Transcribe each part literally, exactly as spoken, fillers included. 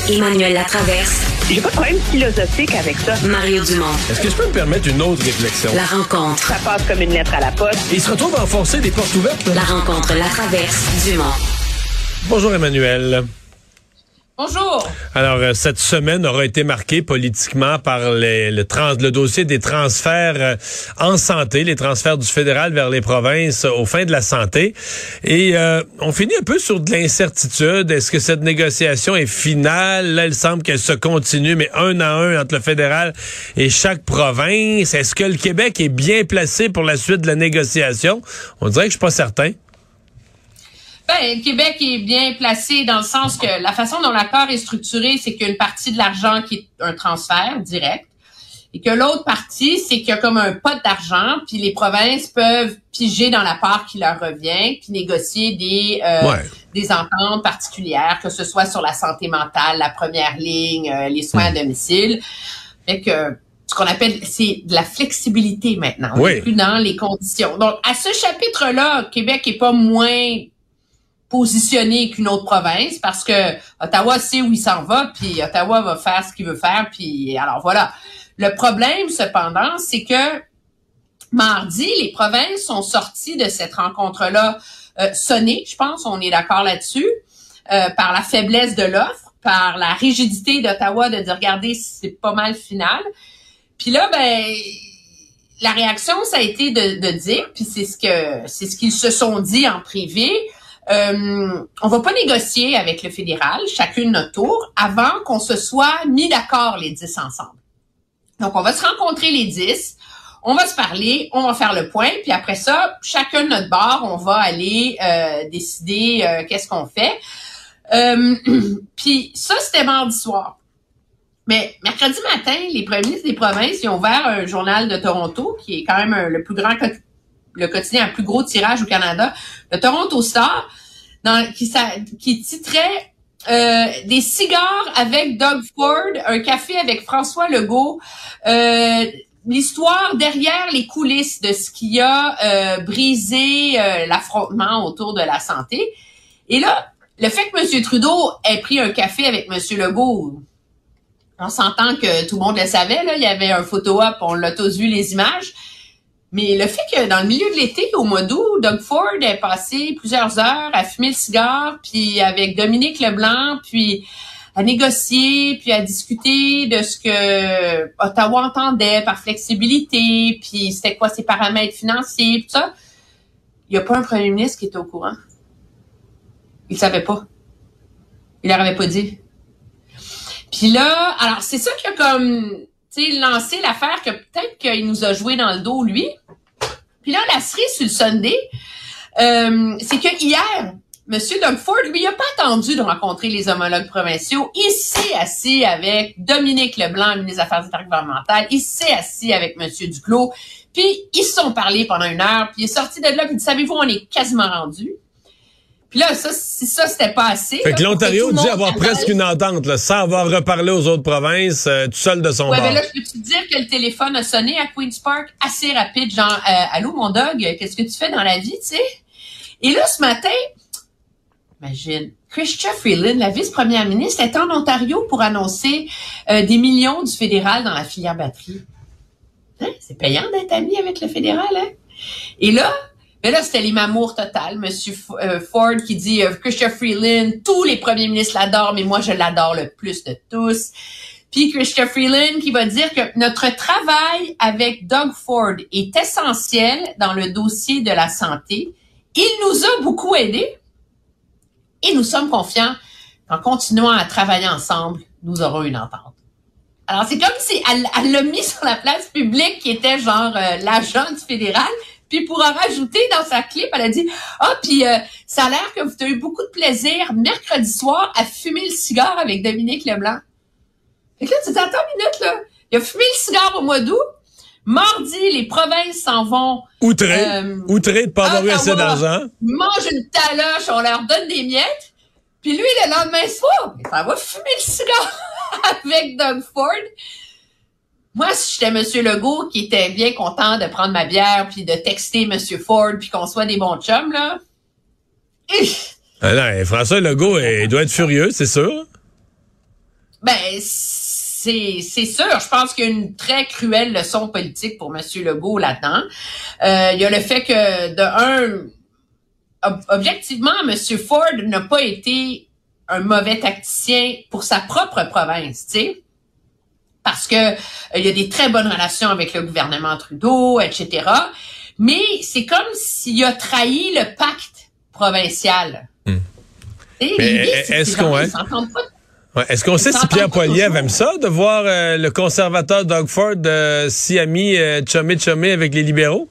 Emmanuel Latraverse. J'ai pas de problème philosophique avec ça. Mario Dumont. Est-ce que je peux me permettre une autre réflexion? La rencontre. Ça passe comme une lettre à la poste. Et il se retrouve à enfoncer des portes ouvertes. Là. La rencontre Latraverse Dumont. Bonjour Emmanuel. Bonjour. Alors, euh, cette semaine aura été marquée politiquement par les, le, trans, le dossier des transferts euh, en santé, les transferts du fédéral vers les provinces euh, aux fins de la santé. Et euh, on finit un peu sur de l'incertitude. Est-ce que cette négociation est finale? Là, il semble qu'elle se continue, mais un à un entre le fédéral et chaque province. Est-ce que le Québec est bien placé pour la suite de la négociation? On dirait que je suis pas certain. Ben, le Québec est bien placé dans le sens que la façon dont l'accord est structuré, c'est qu'il y a une partie de l'argent qui est un transfert direct et que l'autre partie, c'est qu'il y a comme un pot d'argent, puis les provinces peuvent piger dans la part qui leur revient, puis négocier des euh, ouais. des ententes particulières, que ce soit sur la santé mentale, la première ligne, euh, les soins mmh. à domicile. Fait que ce qu'on appelle, c'est de la flexibilité maintenant. On oui. est plus dans les conditions. Donc, à ce chapitre-là, Québec est pas moins positionné qu'une autre province parce que Ottawa sait où il s'en va, puis Ottawa va faire ce qu'il veut faire, puis alors voilà. Le problème, cependant, c'est que mardi, les provinces sont sorties de cette rencontre-là euh, sonnées, je pense, on est d'accord là-dessus, euh, par la faiblesse de l'offre, par la rigidité d'Ottawa de dire, regardez, c'est pas mal final. Puis là, ben, la réaction, ça a été de, de dire, puis c'est ce que c'est ce qu'ils se sont dit en privé. Euh, on va pas négocier avec le fédéral, chacune notre tour, avant qu'on se soit mis d'accord les dix ensemble. Donc, on va se rencontrer les dix, on va se parler, on va faire le point, puis après ça, chacun de notre bord, on va aller euh, décider euh, qu'est-ce qu'on fait. Euh, puis ça, c'était mardi soir. Mais mercredi matin, les premiers ministres des provinces, ils ont ouvert un journal de Toronto, qui est quand même un, le plus grand le quotidien à plus gros tirage au Canada, le Toronto Star, dans, qui, ça, qui titrait euh, des cigares avec Doug Ford, un café avec François Legault, euh, l'histoire derrière les coulisses de ce qui a euh, brisé euh, l'affrontement autour de la santé. Et là, le fait que M. Trudeau ait pris un café avec M. Legault, on s'entend que tout le monde le savait, là, il y avait un photo-op, on l'a tous vu les images. Mais le fait que dans le milieu de l'été, au mois d'août, Doug Ford ait passé plusieurs heures à fumer le cigare, puis avec Dominique Leblanc, puis à négocier, puis à discuter de ce que Ottawa entendait par flexibilité, puis c'était quoi ses paramètres financiers, tout ça. Il n'y a pas un premier ministre qui était au courant. Il savait pas. Il leur avait pas dit. Puis là, alors c'est ça qui a comme... tu sais, lancer l'affaire que peut-être qu'il nous a joué dans le dos, lui. Puis là, la cerise sur le Sunday, euh, c'est que hier, M. Doug Ford, lui, il a pas attendu de rencontrer les homologues provinciaux. Il s'est assis avec Dominique Leblanc, ministre des Affaires intergouvernementales. Il s'est assis avec M. Duclos. Puis, ils se sont parlé pendant une heure. Puis, il est sorti de là. Puis, savez-vous, on est quasiment rendu. Puis là, ça, si ça, c'était pas assez. Fait là, que l'Ontario dit avoir presque une entente, là, sans avoir reparlé aux autres provinces, euh, tout seul de son ouais, bord. Ouais, ben là, je peux te dire que le téléphone a sonné à Queen's Park assez rapide, genre, euh, allô, mon Doug, qu'est-ce que tu fais dans la vie, tu sais? Et là, ce matin, imagine, Chrystia Freeland, la vice-première ministre, est en Ontario pour annoncer euh, des millions du fédéral dans la filière batterie. Hein? C'est payant d'être ami avec le fédéral, hein? Et là, mais là, c'était l'imamour total. Monsieur Ford qui dit euh, Chrystia Freeland, tous les premiers ministres l'adorent, mais moi, je l'adore le plus de tous. Puis Chrystia Freeland qui va dire que notre travail avec Doug Ford est essentiel dans le dossier de la santé. Il nous a beaucoup aidés et nous sommes confiants qu'en continuant à travailler ensemble, nous aurons une entente. Alors, c'est comme si elle, elle l'a mis sur la place publique qui était genre euh, l'agent du fédéral. Puis pour en rajouter dans sa clip, elle a dit « Ah, puis euh, ça a l'air que vous avez eu beaucoup de plaisir mercredi soir à fumer le cigare avec Dominique Leblanc. » Fait que là, tu dis « Attends une minute, là. Il a fumé le cigare au mois d'août. Mardi, les provinces s'en vont. Outrés. Euh, Outrés de pas avoir eu assez d'argent. Ils mangent une taloche, on leur donne des miettes. Puis lui, le lendemain soir, ça va fumer le cigare avec Doug Ford. » Moi, si j'étais M. Legault, qui était bien content de prendre ma bière, puis de texter M. Ford, puis qu'on soit des bons chums, là. Ah non, François Legault, il doit être furieux, c'est sûr. Ben, c'est c'est sûr. Je pense qu'il y a une très cruelle leçon politique pour M. Legault là-dedans. Euh, il y a le fait que, de un, ob- objectivement, M. Ford n'a pas été un mauvais tacticien pour sa propre province, tu sais, parce que euh, il y a des très bonnes relations avec le gouvernement Trudeau, et cetera. Mais c'est comme s'il a trahi le pacte provincial. Hum. Et Mais l'idée, est- c'est que est-ce les qu'on gens, est- ils s'entendent pas. Ouais. Est-ce qu'on sait Ils si Pierre s'entendent pas Poilievre toujours. aime ça, de voir euh, le conservateur Doug Ford euh, si ami euh, chumé-chumé avec les libéraux?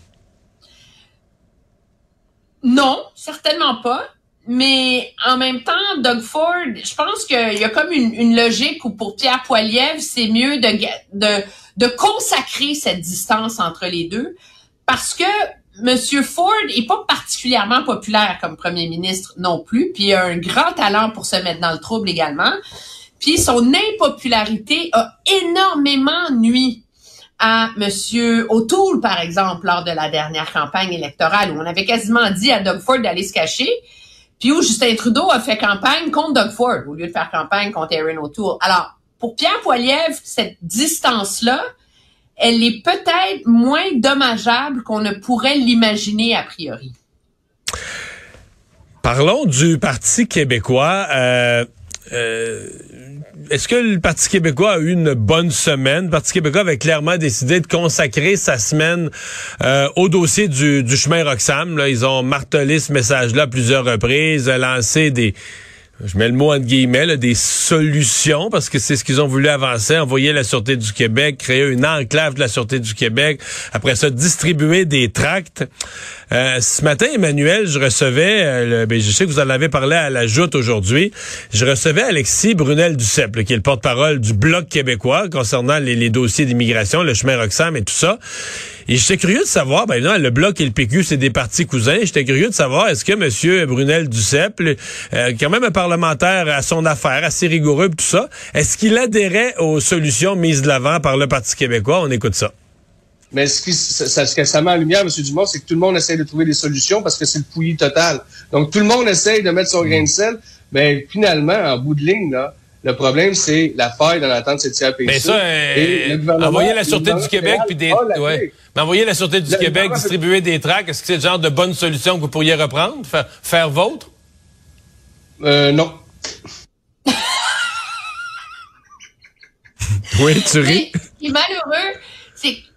Non, certainement pas. Mais en même temps, Doug Ford, je pense qu'il y a comme une, une logique où pour Pierre Poilievre, c'est mieux de, de, de consacrer cette distance entre les deux parce que M. Ford est pas particulièrement populaire comme premier ministre non plus, puis il a un grand talent pour se mettre dans le trouble également. Puis son impopularité a énormément nui à M. O'Toole, par exemple, lors de la dernière campagne électorale, où on avait quasiment dit à Doug Ford d'aller se cacher, puis où Justin Trudeau a fait campagne contre Doug Ford, au lieu de faire campagne contre Erin O'Toole. Alors, pour Pierre Poilievre, cette distance-là, elle est peut-être moins dommageable qu'on ne pourrait l'imaginer a priori. Parlons du Parti québécois. Euh, euh, est-ce que le Parti québécois a eu une bonne semaine? Le Parti québécois avait clairement décidé de consacrer sa semaine euh, au dossier du, du chemin Roxham. Là, ils ont martelé ce message-là à plusieurs reprises, lancé des... Je mets le mot entre guillemets, là, des solutions, parce que c'est ce qu'ils ont voulu avancer, envoyer la Sûreté du Québec, créer une enclave de la Sûreté du Québec, après ça, distribuer des tracts. Euh, ce matin, Emmanuel, je recevais, euh, le, ben, je sais que vous en avez parlé à la Joute aujourd'hui, je recevais Alexis Brunel-Duceppe, là, qui est le porte-parole du Bloc québécois concernant les, les dossiers d'immigration, le chemin Roxham et tout ça. Et j'étais curieux de savoir, ben évidemment, le Bloc et le P Q, c'est des partis cousins. J'étais curieux de savoir, est-ce que M. Brunel-Duceppe, euh, quand même un parlementaire à son affaire, assez rigoureux, tout ça, est-ce qu'il adhérait aux solutions mises de l'avant par le Parti québécois? On écoute ça. Mais ce, qui, ça, ce que ça met en lumière, M. Dumont, c'est que tout le monde essaie de trouver des solutions parce que c'est le pouillis total. Donc, tout le monde essaye de mettre son grain de sel. Mais finalement, en bout de ligne, là, le problème, c'est la faille dans l'entente de cette Mais ça, euh, envoyer la Sûreté du Québec puis des... Ouais. Mais envoyer la Sûreté du le Québec, distribuer des tracts, est-ce que c'est le genre de bonne solution que vous pourriez reprendre? Faire, faire vôtre? Euh, non. Oui, tu ris. Ce qui est malheureux, c'est que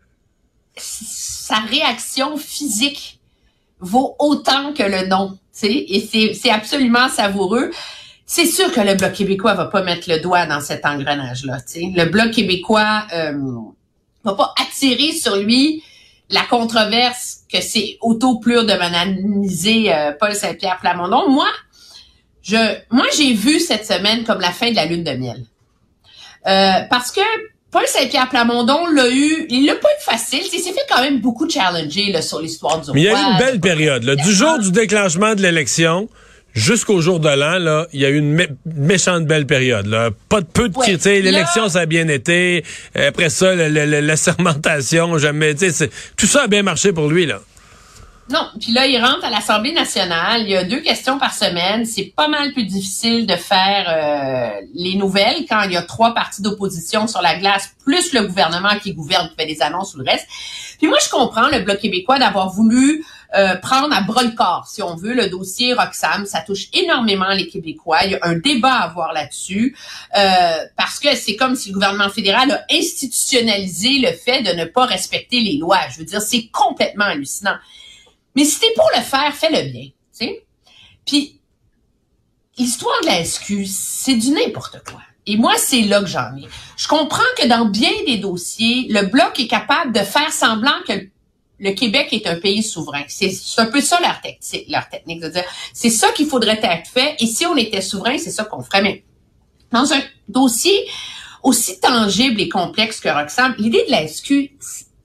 sa réaction physique vaut autant que le nom, tu sais, et c'est, c'est absolument savoureux. C'est sûr que le Bloc québécois va pas mettre le doigt dans cet engrenage-là, tu sais. Le Bloc québécois euh, va pas attirer sur lui la controverse que c'est auto-plure de banaliser euh, Paul Saint-Pierre Plamondon. Moi, je, moi, j'ai vu cette semaine comme la fin de la lune de miel. Euh, parce que Paul Saint-Pierre Plamondon l'a eu, il l'a pas eu facile. Il s'est fait quand même beaucoup challenger là, sur l'histoire du roi. Mais il y a eu une belle période. Là. Du jour du déclenchement de l'élection jusqu'au jour de l'an, là, il y a eu une mé- méchante belle période. Là. Pas de peu de ouais, critiques. L'élection, ça a bien été. Après ça, le, le, le, la sermentation, jamais. C'est, tout ça a bien marché pour lui, là. Non, puis là, il rentre à l'Assemblée nationale. Il y a deux questions par semaine. C'est pas mal plus difficile de faire euh, les nouvelles quand il y a trois partis d'opposition sur la glace, plus le gouvernement qui gouverne, qui fait des annonces ou le reste. Puis moi, je comprends le Bloc québécois d'avoir voulu euh, prendre à bras-le-corps, si on veut, le dossier Roxham. Ça touche énormément les Québécois. Il y a un débat à avoir là-dessus euh, parce que c'est comme si le gouvernement fédéral a institutionnalisé le fait de ne pas respecter les lois. Je veux dire, c'est complètement hallucinant. Mais si t'es pour le faire, fais-le bien, tu sais. Puis, l'histoire de la S Q, c'est du n'importe quoi. Et moi, c'est là que j'en ai. Je comprends que dans bien des dossiers, le Bloc est capable de faire semblant que le Québec est un pays souverain. C'est, c'est un peu ça leur, te- leur technique de dire, c'est ça qu'il faudrait être fait, et si on était souverain, c'est ça qu'on ferait. Mais dans un dossier aussi tangible et complexe que Roxham, l'idée de la S Q,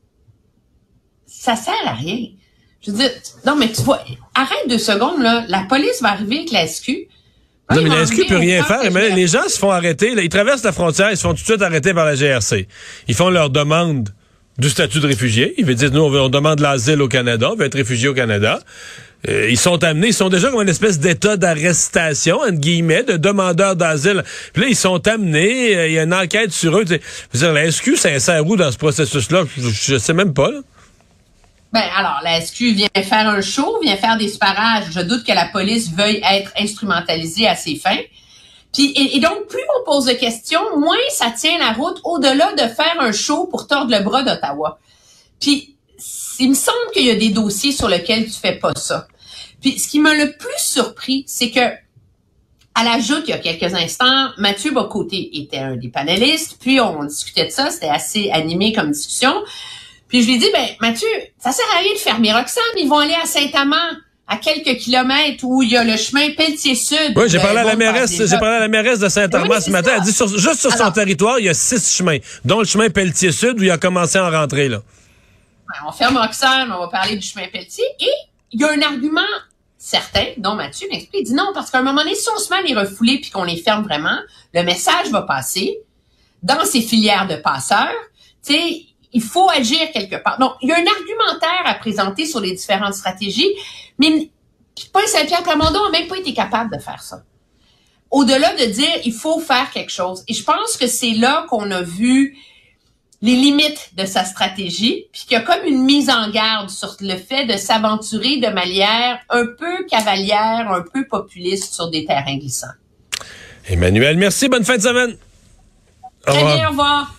ça sert à rien. Je veux dire, non, mais tu vois, arrête deux secondes, là. La police va arriver avec la S Q. Non, mais la S Q peut rien faire. Mais les gens se font arrêter. Là, ils traversent la frontière, ils se font tout de suite arrêter par la G R C. Ils font leur demande du statut de réfugié. Ils veulent dire, nous, on, veut, on demande l'asile au Canada, on veut être réfugié au Canada. Euh, ils sont amenés, ils sont déjà comme une espèce d'état d'arrestation, entre guillemets, de demandeurs d'asile. Puis là, ils sont amenés, il euh, y a une enquête sur eux. Je veux dire, la S Q s'insère où dans ce processus-là? Je, je sais même pas, là. Ben, alors, la S Q vient faire un show, vient faire des sparages. Je doute que la police veuille être instrumentalisée à ses fins. Puis, et, et donc, plus on pose de questions, moins ça tient la route au-delà de faire un show pour tordre le bras d'Ottawa. Puis, il me semble qu'il y a des dossiers sur lesquels tu fais pas ça. Puis, ce qui m'a le plus surpris, c'est que, à la joute, il y a quelques instants, Mathieu Bocoté était un des panélistes, puis on discutait de ça, c'était assez animé comme discussion. Puis je lui ai dit, ben Mathieu, ça sert à rien de fermer Roxham, ils vont aller à Saint-Amand, à quelques kilomètres où il y a le chemin Pelletier-Sud. Oui, j'ai parlé à la mairesse, j'ai parlé à la mairesse de Saint-Amand oui, ce matin. Ça. Elle dit, sur, juste sur Alors, son territoire, il y a six chemins, dont le chemin Pelletier-Sud où il a commencé à en rentrer, là. Ben, on ferme Roxham, on va parler du chemin Pelletier, et il y a un argument certain, dont Mathieu m'explique, il dit non, parce qu'à un moment donné, si on se met à les refouler puis qu'on les ferme vraiment, le message va passer dans ces filières de passeurs, tu sais, il faut agir quelque part. Donc, il y a un argumentaire à présenter sur les différentes stratégies, mais Paul Saint-Pierre Plamondon n'a même pas été capable de faire ça. Au-delà de dire, il faut faire quelque chose. Et je pense que c'est là qu'on a vu les limites de sa stratégie, puis qu'il y a comme une mise en garde sur le fait de s'aventurer de manière un peu cavalière, un peu populiste sur des terrains glissants. Emmanuel, merci. Bonne fin de semaine. Très bien, au revoir.